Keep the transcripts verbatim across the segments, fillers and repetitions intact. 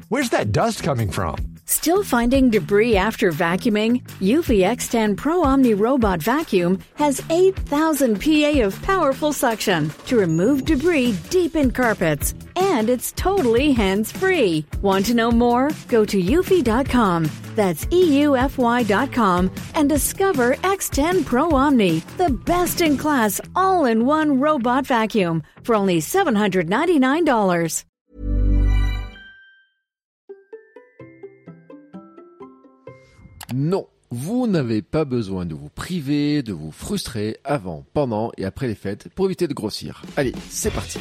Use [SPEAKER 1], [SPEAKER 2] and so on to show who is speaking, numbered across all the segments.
[SPEAKER 1] Where's that dust coming from?
[SPEAKER 2] Still finding debris after vacuuming? Eufy X ten Pro Omni Robot Vacuum has eight thousand P A of powerful suction to remove debris deep in carpets. And it's totally hands-free. Want to know more? Go to eufy dot com. That's E U F Y dot com and discover X ten Pro Omni, the best-in-class all-in-one robot vacuum for only seven hundred ninety-nine dollars.
[SPEAKER 3] Non, vous n'avez pas besoin de vous priver, de vous frustrer avant, pendant et après les fêtes pour éviter de grossir. Allez, c'est parti.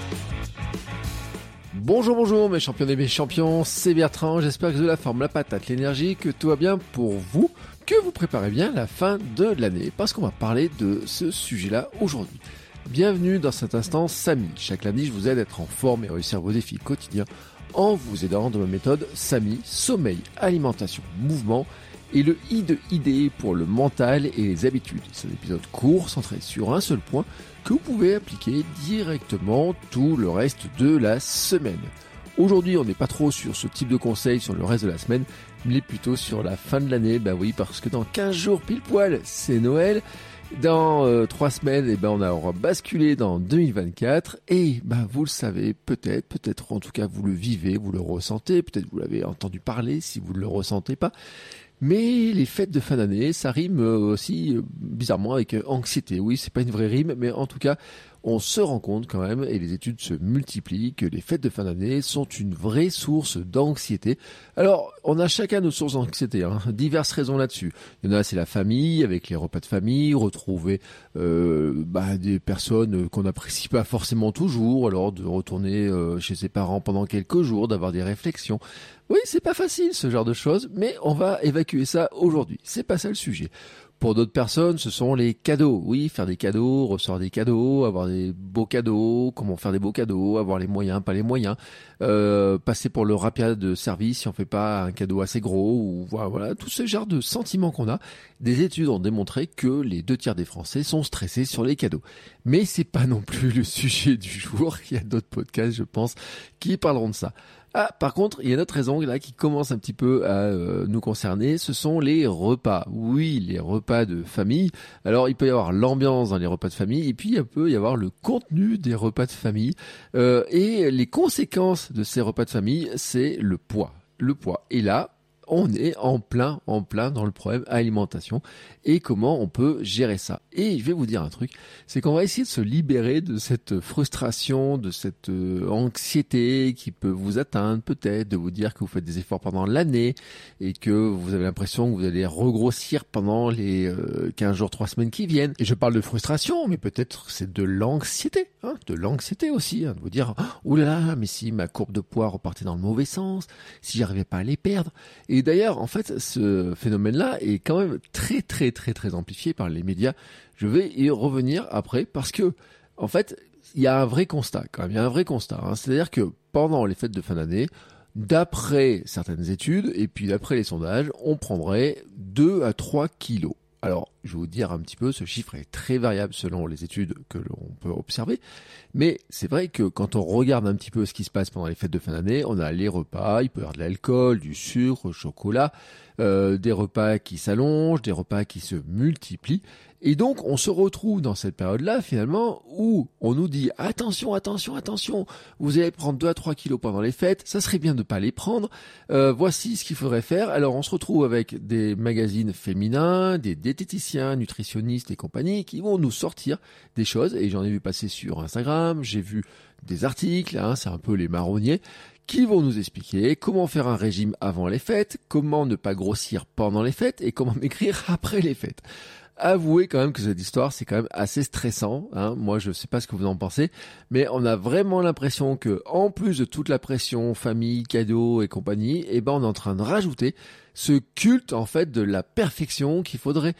[SPEAKER 3] Bonjour, bonjour mes champions et mes champions, c'est Bertrand, j'espère que vous avez la forme, la patate, l'énergie, que tout va bien pour vous, que vous préparez bien la fin de l'année, parce qu'on va parler de ce sujet-là aujourd'hui. Bienvenue dans cet instant Samy. Chaque lundi, je vous aide à être en forme et à réussir vos défis quotidiens en vous aidant de ma méthode Samy, sommeil, alimentation, mouvement et le I de idées pour le mental et les habitudes. C'est un épisode court, centré sur un seul point que vous pouvez appliquer directement tout le reste de la semaine. Aujourd'hui, on n'est pas trop sur ce type de conseils sur le reste de la semaine, mais plutôt sur la fin de l'année. Bah oui, parce que dans quinze jours pile poil, c'est Noël. Dans euh, trois semaines, eh ben, on aura basculé dans deux mille vingt-quatre et bah, vous le savez peut-être, peut-être en tout cas vous le vivez, vous le ressentez, peut-être vous l'avez entendu parler si vous ne le ressentez pas. Mais les fêtes de fin d'année, ça rime aussi bizarrement avec anxiété. Oui, c'est pas une vraie rime, mais en tout cas, on se rend compte quand même, et les études se multiplient, que les fêtes de fin d'année sont une vraie source d'anxiété. Alors, on a chacun nos sources d'anxiété, hein, diverses raisons là-dessus. Il y en a, c'est la famille, avec les repas de famille, retrouver euh, bah, des personnes qu'on n'apprécie pas forcément toujours, alors de retourner euh, chez ses parents pendant quelques jours, d'avoir des réflexions. Oui, c'est pas facile ce genre de choses, mais on va évacuer ça aujourd'hui. C'est pas ça le sujet. Pour d'autres personnes, ce sont les cadeaux. Oui, faire des cadeaux, recevoir des cadeaux, avoir des beaux cadeaux, comment faire des beaux cadeaux, avoir les moyens, pas les moyens, euh, passer pour le rapia de service si on fait pas un cadeau assez gros, ou voilà, voilà, tout ce genre de sentiments qu'on a. Des études ont démontré que les deux tiers des Français sont stressés sur les cadeaux. Mais c'est pas non plus le sujet du jour. Il y a d'autres podcasts, je pense, qui parleront de ça. Ah, par contre, il y a une autre raison là qui commence un petit peu à euh, nous concerner, ce sont les repas. Oui, les repas de famille. Alors, il peut y avoir l'ambiance dans les repas de famille, et puis il peut y avoir le contenu des repas de famille. Euh, et les conséquences de ces repas de famille, c'est le poids. Le poids. Et là, on est en plein, en plein dans le problème alimentation et comment on peut gérer ça. Et je vais vous dire un truc, c'est qu'on va essayer de se libérer de cette frustration, de cette euh, anxiété qui peut vous atteindre peut-être, de vous dire que vous faites des efforts pendant l'année et que vous avez l'impression que vous allez regrossir pendant les euh, quinze jours, trois semaines qui viennent. Et je parle de frustration, mais peut-être c'est de l'anxiété, hein, de l'anxiété aussi, hein, de vous dire « Ouh là là, mais si ma courbe de poids repartait dans le mauvais sens, si j'arrivais pas à les perdre ». Et d'ailleurs, en fait, ce phénomène-là est quand même très, très, très, très amplifié par les médias. Je vais y revenir après parce que, en fait, il y a un vrai constat quand même. Il y a un vrai constat. Hein. C'est-à-dire que pendant les fêtes de fin d'année, d'après certaines études et puis d'après les sondages, on prendrait deux à trois kilos. Alors, je vais vous dire un petit peu, ce chiffre est très variable selon les études que l'on peut observer, mais c'est vrai que quand on regarde un petit peu ce qui se passe pendant les fêtes de fin d'année, on a les repas, il peut y avoir de l'alcool, du sucre, du chocolat, euh, des repas qui s'allongent, des repas qui se multiplient, et donc on se retrouve dans cette période-là finalement où on nous dit attention, attention, attention, vous allez prendre deux à trois kilos pendant les fêtes, ça serait bien de ne pas les prendre, euh, voici ce qu'il faudrait faire. Alors on se retrouve avec des magazines féminins, des diététiciens, nutritionnistes et compagnie qui vont nous sortir des choses, et j'en ai vu passer sur Instagram, j'ai vu des articles, hein, c'est un peu les marronniers, qui vont nous expliquer comment faire un régime avant les fêtes, comment ne pas grossir pendant les fêtes et comment maigrir après les fêtes. Avouez quand même que cette histoire, c'est quand même assez stressant, hein. Moi, je sais pas ce que vous en pensez, mais on a vraiment l'impression que, en plus de toute la pression, famille, cadeaux et compagnie, eh ben, on est en train de rajouter ce culte, en fait, de la perfection qu'il faudrait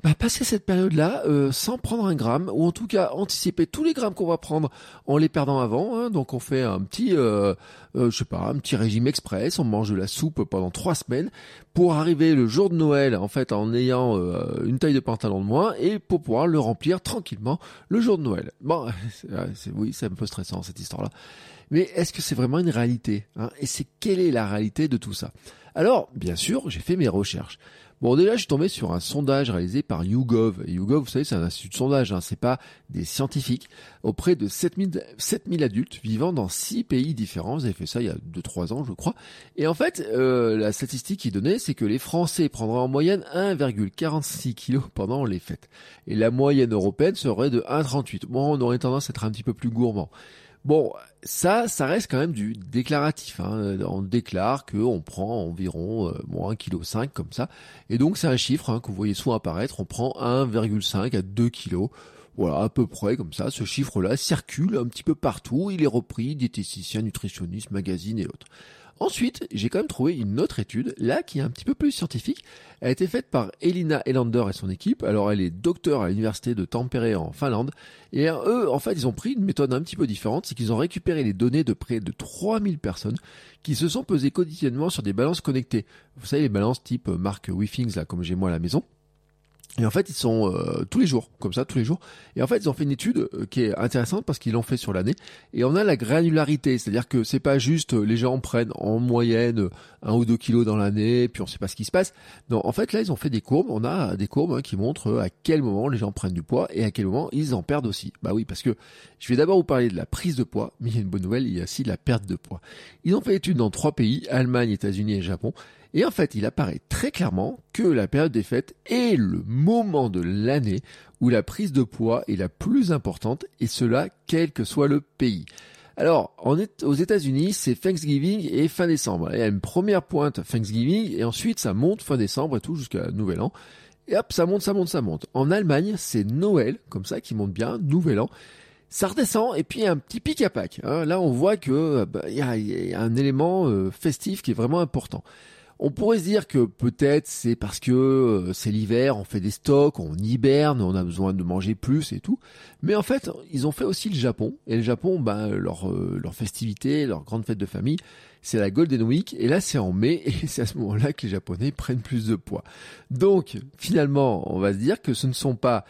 [SPEAKER 3] bah, passer cette période-là euh, sans prendre un gramme, ou en tout cas anticiper tous les grammes qu'on va prendre en les perdant avant. Hein. Donc on fait un petit, euh, euh, je sais pas, un petit régime express, on mange de la soupe pendant trois semaines pour arriver le jour de Noël en fait en ayant euh, une taille de pantalon de moins et pour pouvoir le remplir tranquillement le jour de Noël. Bon, c'est, c'est, oui, c'est un peu stressant cette histoire-là. Mais est-ce que c'est vraiment une réalité, hein? Et c'est quelle est la réalité de tout ça? Alors, bien sûr, j'ai fait mes recherches. Bon, déjà, je suis tombé sur un sondage réalisé par YouGov. Et YouGov, vous savez, c'est un institut de sondage, hein, c'est pas des scientifiques, auprès de sept mille adultes vivant dans six pays différents. Ils avaient fait ça il y a deux trois ans, je crois. Et en fait, euh, la statistique qui donnait, c'est que les Français prendraient en moyenne un virgule quarante-six kilos pendant les fêtes. Et la moyenne européenne serait de un virgule trente-huit. Bon, on aurait tendance à être un petit peu plus gourmand. Bon, ça, ça reste quand même du déclaratif. Hein. On déclare qu'on prend environ euh, bon, un virgule cinq kilos comme ça. Et donc, c'est un chiffre hein, que vous voyez souvent apparaître. On prend un virgule cinq à deux kilos. Voilà, à peu près comme ça. Ce chiffre-là circule un petit peu partout. Il est repris, diététicien, nutritionniste, magazine et autres. Ensuite, j'ai quand même trouvé une autre étude, là, qui est un petit peu plus scientifique. Elle a été faite par Elina Elander et son équipe. Alors, elle est docteur à l'université de Tampere en Finlande. Et eux, en fait, ils ont pris une méthode un petit peu différente. C'est qu'ils ont récupéré les données de près de trois mille personnes qui se sont pesées quotidiennement sur des balances connectées. Vous savez, les balances type marque Withings, là, comme j'ai moi à la maison. Et en fait, ils sont euh, tous les jours, comme ça, tous les jours. Et en fait, ils ont fait une étude euh, qui est intéressante parce qu'ils l'ont fait sur l'année. Et on a la granularité, c'est-à-dire que c'est pas juste euh, les gens prennent en moyenne euh, un ou deux kilos dans l'année, puis on sait pas ce qui se passe. Non, en fait, là, ils ont fait des courbes. On a des courbes hein, qui montrent euh, à quel moment les gens prennent du poids et à quel moment ils en perdent aussi. Bah oui, parce que je vais d'abord vous parler de la prise de poids, mais il y a une bonne nouvelle, il y a aussi de la perte de poids. Ils ont fait l'étude dans trois pays, Allemagne, États-Unis et Japon. Et en fait, il apparaît très clairement que la période des fêtes est le moment de l'année où la prise de poids est la plus importante, et cela quel que soit le pays. Alors, on est aux États-Unis, c'est Thanksgiving et fin décembre. Il y a une première pointe Thanksgiving et ensuite ça monte fin décembre et tout jusqu'à Nouvel An. Et hop, ça monte, ça monte, ça monte. En Allemagne, c'est Noël, comme ça, qui monte bien, Nouvel An. Ça redescend et puis il y a un petit pic à Pâques. Hein. Là, on voit que bah, y a, y a un élément euh, festif qui est vraiment important. On pourrait se dire que peut-être c'est parce que euh, c'est l'hiver, on fait des stocks, on hiberne, on a besoin de manger plus et tout. Mais en fait, ils ont fait aussi le Japon. Et le Japon, ben, leur, euh, leur festivité, leur grande fête de famille, c'est la Golden Week. Et là, c'est en mai. Et c'est à ce moment-là que les Japonais prennent plus de poids. Donc, finalement, on va se dire que ce ne sont pas...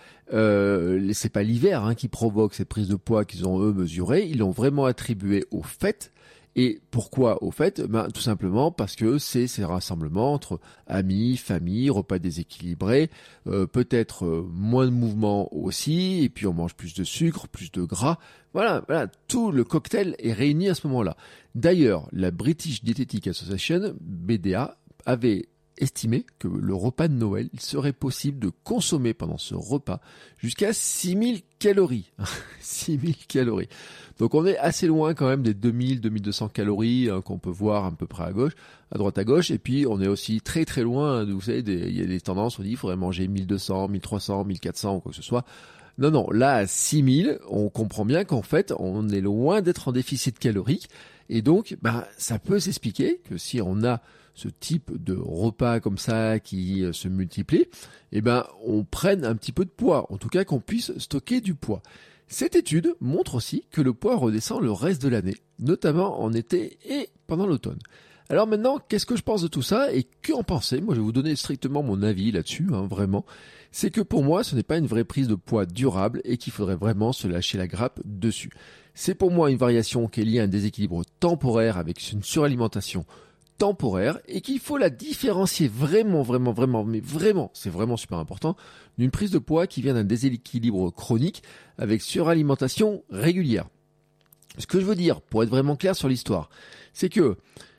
[SPEAKER 3] Euh, c'est pas l'hiver hein, qui provoque cette prise de poids qu'ils ont, eux, mesurée. Ils l'ont vraiment attribué aux fêtes. Et pourquoi au fait? Ben, tout simplement parce que c'est ces rassemblements entre amis, famille, repas déséquilibrés, euh, peut-être euh, moins de mouvement aussi, et puis on mange plus de sucre, plus de gras. Voilà, voilà, tout le cocktail est réuni à ce moment-là. D'ailleurs, la British Dietetic Association, B D A, avait estimé que le repas de Noël, il serait possible de consommer pendant ce repas jusqu'à six mille calories. six mille calories. Donc on est assez loin quand même des deux mille, deux mille deux cents calories hein, qu'on peut voir à peu près à gauche, à droite à gauche. Et puis on est aussi très très loin, vous savez, des, il y a des tendances, on dit il faudrait manger mille deux cents, mille trois cents, mille quatre cents ou quoi que ce soit. Non, non, là à six mille, on comprend bien qu'en fait, on est loin d'être en déficit calorique. Et donc, bah, ça peut s'expliquer que si on a ce type de repas comme ça qui se multiplie, eh ben, on prenne un petit peu de poids. En tout cas, qu'on puisse stocker du poids. Cette étude montre aussi que le poids redescend le reste de l'année, notamment en été et pendant l'automne. Alors maintenant, qu'est-ce que je pense de tout ça et que en pensez? Moi, je vais vous donner strictement mon avis là-dessus, hein, vraiment. C'est que pour moi, ce n'est pas une vraie prise de poids durable et qu'il faudrait vraiment se lâcher la grappe dessus. C'est pour moi une variation qui est liée à un déséquilibre temporaire avec une suralimentation temporaire et qu'il faut la différencier vraiment, vraiment, vraiment, mais vraiment, c'est vraiment super important, d'une prise de poids qui vient d'un déséquilibre chronique avec suralimentation régulière. Ce que je veux dire, pour être vraiment clair sur l'histoire, c'est que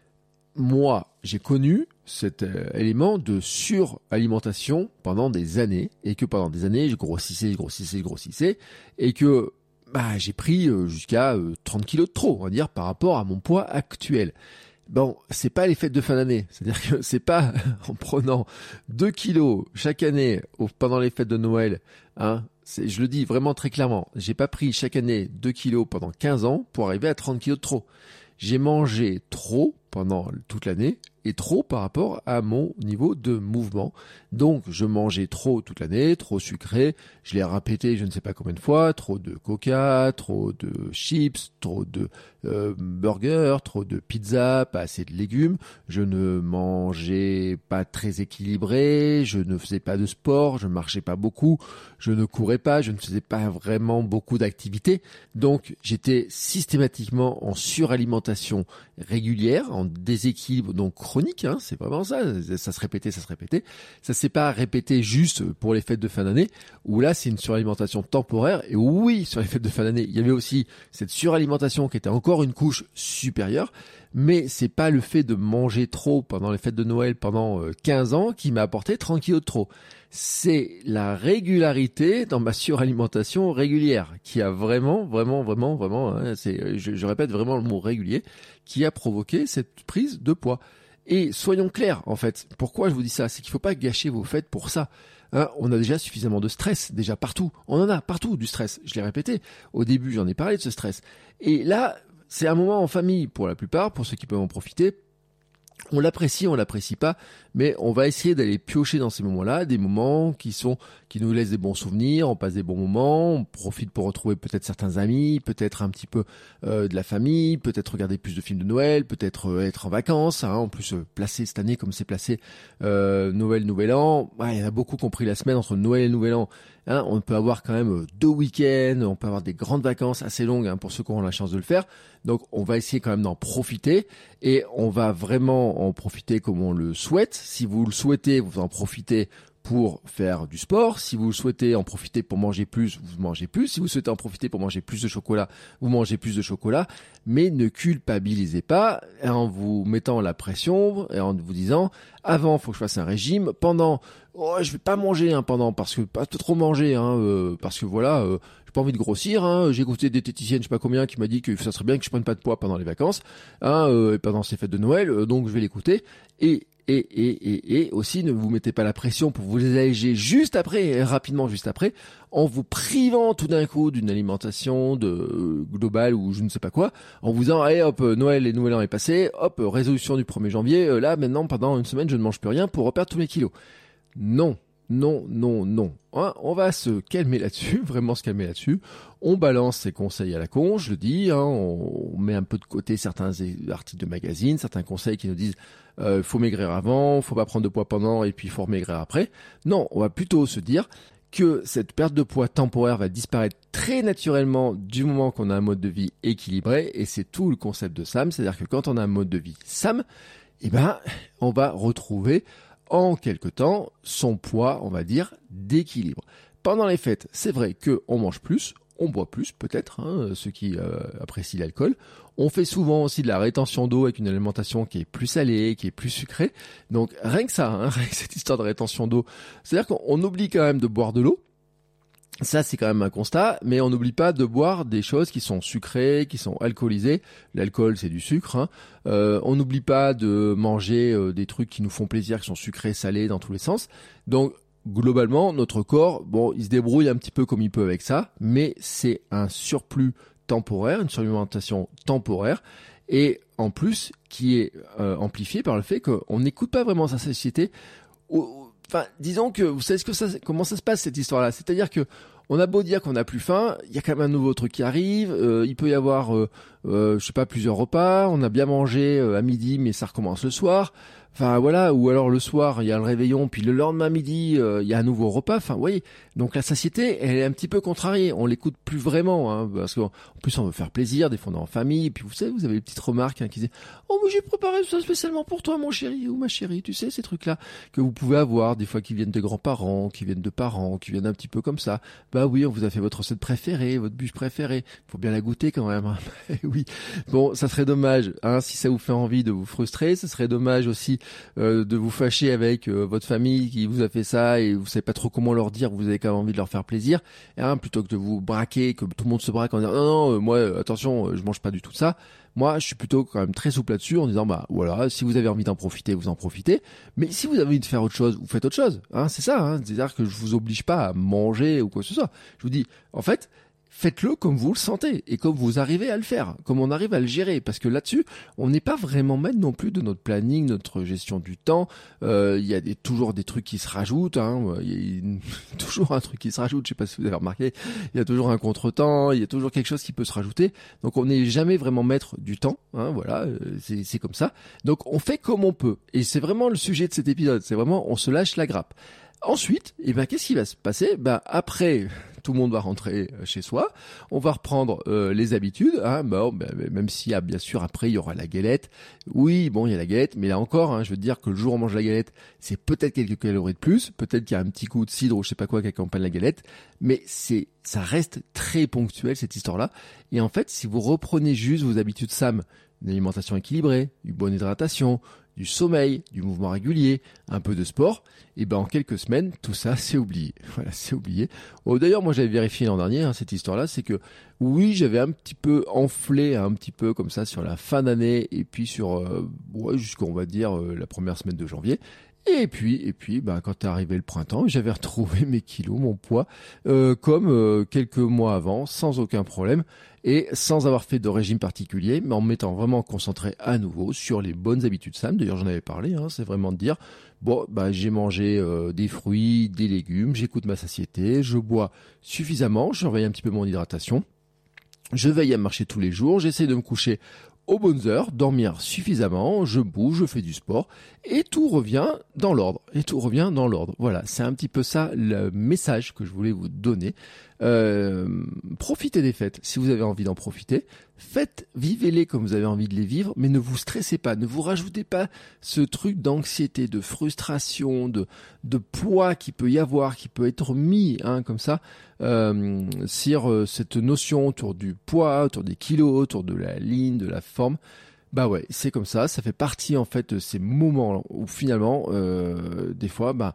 [SPEAKER 3] moi, j'ai connu cet euh, élément de suralimentation pendant des années et que pendant des années, je grossissais, je grossissais, je grossissais et que bah, j'ai pris euh, jusqu'à euh, trente kilos de trop, on va dire, par rapport à mon poids actuel. Bon, c'est pas les fêtes de fin d'année, c'est-à-dire que c'est pas en prenant deux kilos chaque année au, pendant les fêtes de Noël, hein, c'est, je le dis vraiment très clairement, j'ai pas pris chaque année deux kilos pendant quinze ans pour arriver à trente kilos de trop. J'ai mangé trop pendant toute l'année et trop par rapport à mon niveau de mouvement. Donc je mangeais trop toute l'année, trop sucré, je l'ai répété je ne sais pas combien de fois, trop de coca, trop de chips, trop de euh, burgers, trop de pizza, pas assez de légumes, je ne mangeais pas très équilibré, je ne faisais pas de sport, je ne marchais pas beaucoup, je ne courais pas, je ne faisais pas vraiment beaucoup d'activités. Donc j'étais systématiquement en suralimentation régulière, en déséquilibre donc chronique, hein, c'est vraiment ça, ça se répétait, ça se répétait. Ça s'est pas répété juste pour les fêtes de fin d'année, où là c'est une suralimentation temporaire, et oui, sur les fêtes de fin d'année, il y avait aussi cette suralimentation qui était encore une couche supérieure, mais c'est pas le fait de manger trop pendant les fêtes de Noël pendant quinze ans qui m'a apporté trente kilos de trop. C'est la régularité dans ma suralimentation régulière qui a vraiment, vraiment, vraiment, vraiment, hein, c'est, je, je répète vraiment le mot régulier, qui a provoqué cette prise de poids. Et soyons clairs, en fait, pourquoi je vous dis ça, c'est qu'il ne faut pas gâcher vos fêtes pour ça. Hein, on a déjà suffisamment de stress, déjà partout. On en a partout du stress, je l'ai répété. Au début, j'en ai parlé de ce stress. Et là, c'est un moment en famille pour la plupart, pour ceux qui peuvent en profiter. On l'apprécie, on l'apprécie pas, mais on va essayer d'aller piocher dans ces moments-là, des moments qui sont, qui nous laissent des bons souvenirs, on passe des bons moments, on profite pour retrouver peut-être certains amis, peut-être un petit peu euh, de la famille, peut-être regarder plus de films de Noël, peut-être euh, être en vacances, hein, en plus euh, placé cette année comme c'est placé euh, Noël, Nouvel An, ouais, il y en a beaucoup qui ont pris la semaine entre Noël et Nouvel An. Hein, on peut avoir quand même deux week-ends, on peut avoir des grandes vacances assez longues hein, pour ceux qui auront la chance de le faire. Donc on va essayer quand même d'en profiter et on va vraiment en profiter comme on le souhaite. Si vous le souhaitez, vous en profitez pour faire du sport. Si vous souhaitez en profiter pour manger plus, vous mangez plus. Si vous souhaitez en profiter pour manger plus de chocolat, vous mangez plus de chocolat. Mais ne culpabilisez pas en vous mettant la pression et en vous disant « Avant, il faut que je fasse un régime. Pendant, oh, je vais pas manger hein, pendant parce que pas trop manger hein, euh, parce que voilà, euh, j'ai pas envie de grossir. Hein, j'ai écouté des diététiciennes, je sais pas combien, qui m'a dit que ça serait bien que je prenne pas de poids pendant les vacances, hein, euh, et pendant ces fêtes de Noël. Euh, donc je vais l'écouter et Et, et, et, et aussi, ne vous mettez pas la pression pour vous alléger juste après, rapidement juste après, en vous privant tout d'un coup d'une alimentation de, euh, globale ou je ne sais pas quoi, en vous disant, allez hop, Noël et Nouvel An est passé, hop, résolution du premier janvier, euh, là maintenant pendant une semaine je ne mange plus rien pour reperdre tous mes kilos. Non, non, non, non. Hein, on va se calmer là-dessus, vraiment se calmer là-dessus. On balance ces conseils à la con, je le dis, hein, on, on met un peu de côté certains articles de magazine, certains conseils qui nous disent euh, faut maigrir avant, faut pas prendre de poids pendant et puis il faut remaigrir après. Non, on va plutôt se dire que cette perte de poids temporaire va disparaître très naturellement du moment qu'on a un mode de vie équilibré, et c'est tout le concept de S A M, c'est-à-dire que quand on a un mode de vie S A M, eh ben, on va retrouver en quelque temps son poids, on va dire, d'équilibre. Pendant les fêtes, c'est vrai qu'on mange plus, on boit plus peut-être, hein, ceux qui euh, apprécient l'alcool. On fait souvent aussi de la rétention d'eau avec une alimentation qui est plus salée, qui est plus sucrée. Donc rien que ça, hein, rien que cette histoire de rétention d'eau, c'est-à-dire qu'on oublie quand même de boire de l'eau. Ça, c'est quand même un constat, mais on n'oublie pas de boire des choses qui sont sucrées, qui sont alcoolisées. L'alcool, c'est du sucre. Hein. Euh, on n'oublie pas de manger euh, des trucs qui nous font plaisir, qui sont sucrés, salés, dans tous les sens. Donc, globalement, notre corps, bon, il se débrouille un petit peu comme il peut avec ça, mais c'est un surplus temporaire, une suralimentation temporaire, et en plus, qui est euh, amplifié par le fait qu'on n'écoute pas vraiment sa satiété. Enfin, disons que vous savez ce que ça, comment ça se passe cette histoire-là. C'est-à-dire que on a beau dire qu'on n'a plus faim, il y a quand même un nouveau truc qui arrive. Euh, il peut y avoir, euh, euh, je sais pas, plusieurs repas. On a bien mangé euh, à midi, mais ça recommence le soir. Enfin voilà, ou alors le soir il y a le réveillon, puis le lendemain midi euh, il y a un nouveau repas. Enfin, vous voyez, donc la satiété elle est un petit peu contrariée. On l'écoute plus vraiment, hein, parce qu'en plus on veut faire plaisir, des fois on est en famille. Et puis vous savez, vous avez les petites remarques hein, qui disent oh mais j'ai préparé ça spécialement pour toi mon chéri ou ma chérie. Tu sais ces trucs là que vous pouvez avoir des fois qui viennent de grands-parents, qui viennent de parents, qui viennent un petit peu comme ça. Bah oui, on vous a fait votre recette préférée, votre bûche préférée. Faut bien la goûter quand même. Hein. Oui. Bon, ça serait dommage, hein, si ça vous fait envie de vous frustrer. Ça serait dommage aussi Euh, de vous fâcher avec euh, votre famille qui vous a fait ça et vous savez pas trop comment leur dire, vous avez quand même envie de leur faire plaisir, hein, plutôt que de vous braquer, que tout le monde se braque en disant non non euh, moi euh, attention euh, je mange pas du tout ça. Moi je suis plutôt quand même très souple là-dessus en disant bah voilà, si vous avez envie d'en profiter vous en profitez, mais si vous avez envie de faire autre chose vous faites autre chose, hein, c'est ça, hein, c'est-à-dire que je vous oblige pas à manger ou quoi que ce soit. Je vous dis en fait faites-le comme vous le sentez et comme vous arrivez à le faire, comme on arrive à le gérer. Parce que là-dessus, on n'est pas vraiment maître non plus de notre planning, notre gestion du temps. Euh, il y a des, toujours des trucs qui se rajoutent. Hein. Il y a une, toujours un truc qui se rajoute. Je sais pas si vous avez remarqué. Il y a toujours un contretemps. Il y a toujours quelque chose qui peut se rajouter. Donc on n'est jamais vraiment maître du temps. Hein, voilà, c'est, c'est comme ça. Donc on fait comme on peut. Et c'est vraiment le sujet de cet épisode. C'est vraiment on se lâche la grappe. Ensuite, eh ben, qu'est-ce qui va se passer? Ben, après, tout le monde va rentrer chez soi. On va reprendre euh, les habitudes. Hein, bon, ben, même s'il y a bien sûr après il y aura la galette. Oui, bon, il y a la galette, mais là encore, hein, je veux dire que le jour où on mange la galette, c'est peut-être quelques calories de plus, peut-être qu'il y a un petit coup de cidre ou je sais pas quoi qui accompagne la galette, mais c'est, ça reste très ponctuel cette histoire-là. Et en fait, si vous reprenez juste vos habitudes S A M, une alimentation équilibrée, une bonne hydratation, du sommeil, du mouvement régulier, un peu de sport, et ben en quelques semaines, tout ça c'est oublié. Voilà, c'est oublié. Oh, d'ailleurs, moi j'avais vérifié l'an dernier hein, cette histoire-là, c'est que oui, j'avais un petit peu enflé, un petit peu comme ça sur la fin d'année et puis sur euh, ouais, jusqu'on va dire euh, la première semaine de janvier. Et puis, et puis, bah, quand est arrivé le printemps, j'avais retrouvé mes kilos, mon poids, euh, comme euh, quelques mois avant, sans aucun problème, et sans avoir fait de régime particulier, mais en m'étant vraiment concentré à nouveau sur les bonnes habitudes S A M. D'ailleurs, j'en avais parlé, hein, c'est vraiment de dire, bon, bah, j'ai mangé euh, des fruits, des légumes, j'écoute ma satiété, je bois suffisamment, je surveille un petit peu mon hydratation, je veille à marcher tous les jours, j'essaie de me coucher aux bonnes heures, dormir suffisamment, je bouge, je fais du sport et tout revient dans l'ordre. Et tout revient dans l'ordre. Voilà, c'est un petit peu ça le message que je voulais vous donner. Euh, profitez des fêtes si vous avez envie d'en profiter. Faites, vivez-les comme vous avez envie de les vivre, mais ne vous stressez pas, ne vous rajoutez pas ce truc d'anxiété, de frustration, de, de poids qui peut y avoir, qui peut être mis hein, comme ça, euh, sur euh, cette notion autour du poids, autour des kilos, autour de la ligne, de la forme. Bah ouais, c'est comme ça, ça fait partie en fait de ces moments où finalement, euh, des fois, bah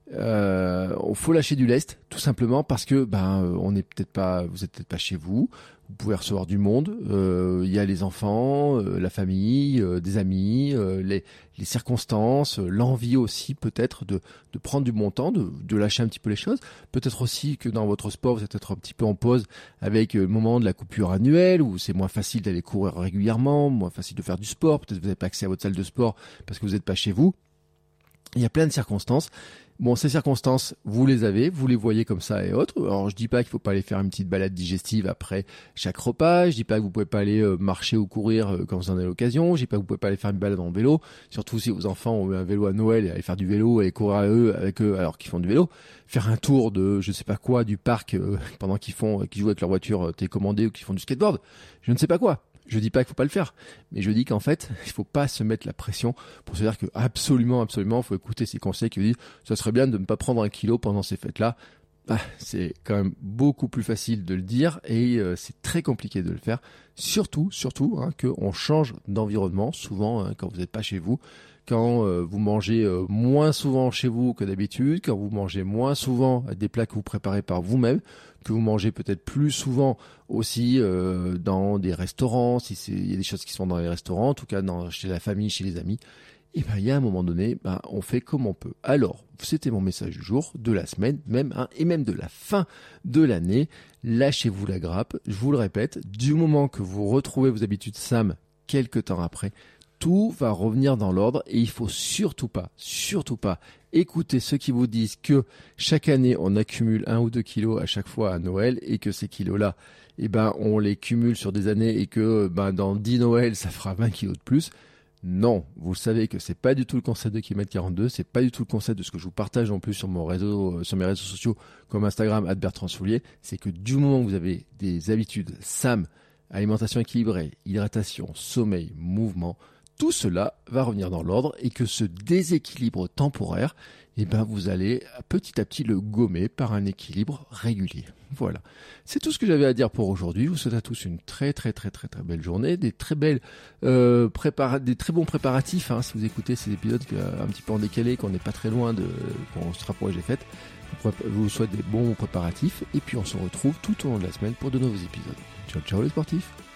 [SPEAKER 3] Euh, faut lâcher du lest tout simplement parce que ben on n'est peut-être pas, vous êtes peut-être pas chez vous, vous pouvez recevoir du monde, il euh, y a les enfants, euh, la famille, euh, des amis, euh, les, les circonstances, euh, l'envie aussi peut-être de, de prendre du bon temps, de, de lâcher un petit peu les choses. Peut-être aussi que dans votre sport vous êtes peut-être un petit peu en pause avec le moment de la coupure annuelle où c'est moins facile d'aller courir régulièrement, moins facile de faire du sport, peut-être que vous n'avez pas accès à votre salle de sport parce que vous n'êtes pas chez vous. Il y a plein de circonstances. Bon, ces circonstances, vous les avez, vous les voyez comme ça et autres. Alors, je dis pas qu'il faut pas aller faire une petite balade digestive après chaque repas. Je dis pas que vous pouvez pas aller euh, marcher ou courir euh, quand vous en avez l'occasion. Je dis pas que vous pouvez pas aller faire une balade en vélo. Surtout si vos enfants ont eu un vélo à Noël et aller faire du vélo et courir à eux, avec eux alors qu'ils font du vélo. Faire un tour de, je sais pas quoi, du parc euh, pendant qu'ils font, euh, qu'ils jouent avec leur voiture euh, télécommandée ou qu'ils font du skateboard. Je ne sais pas quoi. Je dis pas qu'il faut pas le faire, mais je dis qu'en fait, il faut pas se mettre la pression pour se dire que absolument, absolument, il faut écouter ces conseils qui vous disent, ça serait bien de ne pas prendre un kilo pendant ces fêtes-là. Ah, c'est quand même beaucoup plus facile de le dire et euh, c'est très compliqué de le faire. Surtout, surtout, hein, qu'on change d'environnement, souvent hein, quand vous n'êtes pas chez vous, quand euh, vous mangez euh, moins souvent chez vous que d'habitude, quand vous mangez moins souvent des plats que vous préparez par vous-même, que vous mangez peut-être plus souvent aussi euh, dans des restaurants, si c'est, il y a des choses qui sont dans les restaurants, en tout cas dans, chez la famille, chez les amis. Et ben, il y a un moment donné, ben, on fait comme on peut. Alors, c'était mon message du jour, de la semaine, même, hein, et même de la fin de l'année. Lâchez-vous la grappe. Je vous le répète, du moment que vous retrouvez vos habitudes S A M quelques temps après, tout va revenir dans l'ordre et il faut surtout pas, surtout pas écouter ceux qui vous disent que chaque année on accumule un ou deux kilos à chaque fois à Noël et que ces kilos-là, eh ben, on les cumule sur des années et que, ben, dans dix Noël, ça fera vingt kilos de plus. Non, vous savez que c'est pas du tout le concept de kilomètre quarante-deux, c'est pas du tout le concept de ce que je vous partage en plus sur mon réseau, sur mes réseaux sociaux comme Instagram arobase bertrand soulier, c'est que du moment où vous avez des habitudes S A M, alimentation équilibrée, hydratation, sommeil, mouvement, tout cela va revenir dans l'ordre et que ce déséquilibre temporaire, eh ben, vous allez petit à petit le gommer par un équilibre régulier. Voilà. C'est tout ce que j'avais à dire pour aujourd'hui. Je vous souhaite à tous une très très très très très belle journée, des très belles euh, prépara- des très bons préparatifs, hein, si vous écoutez ces épisodes euh, un petit peu en décalé, qu'on n'est pas très loin de qu'on se rapproche des fêtes. Je vous souhaite des bons préparatifs et puis on se retrouve tout au long de la semaine pour de nouveaux épisodes. Ciao ciao les sportifs.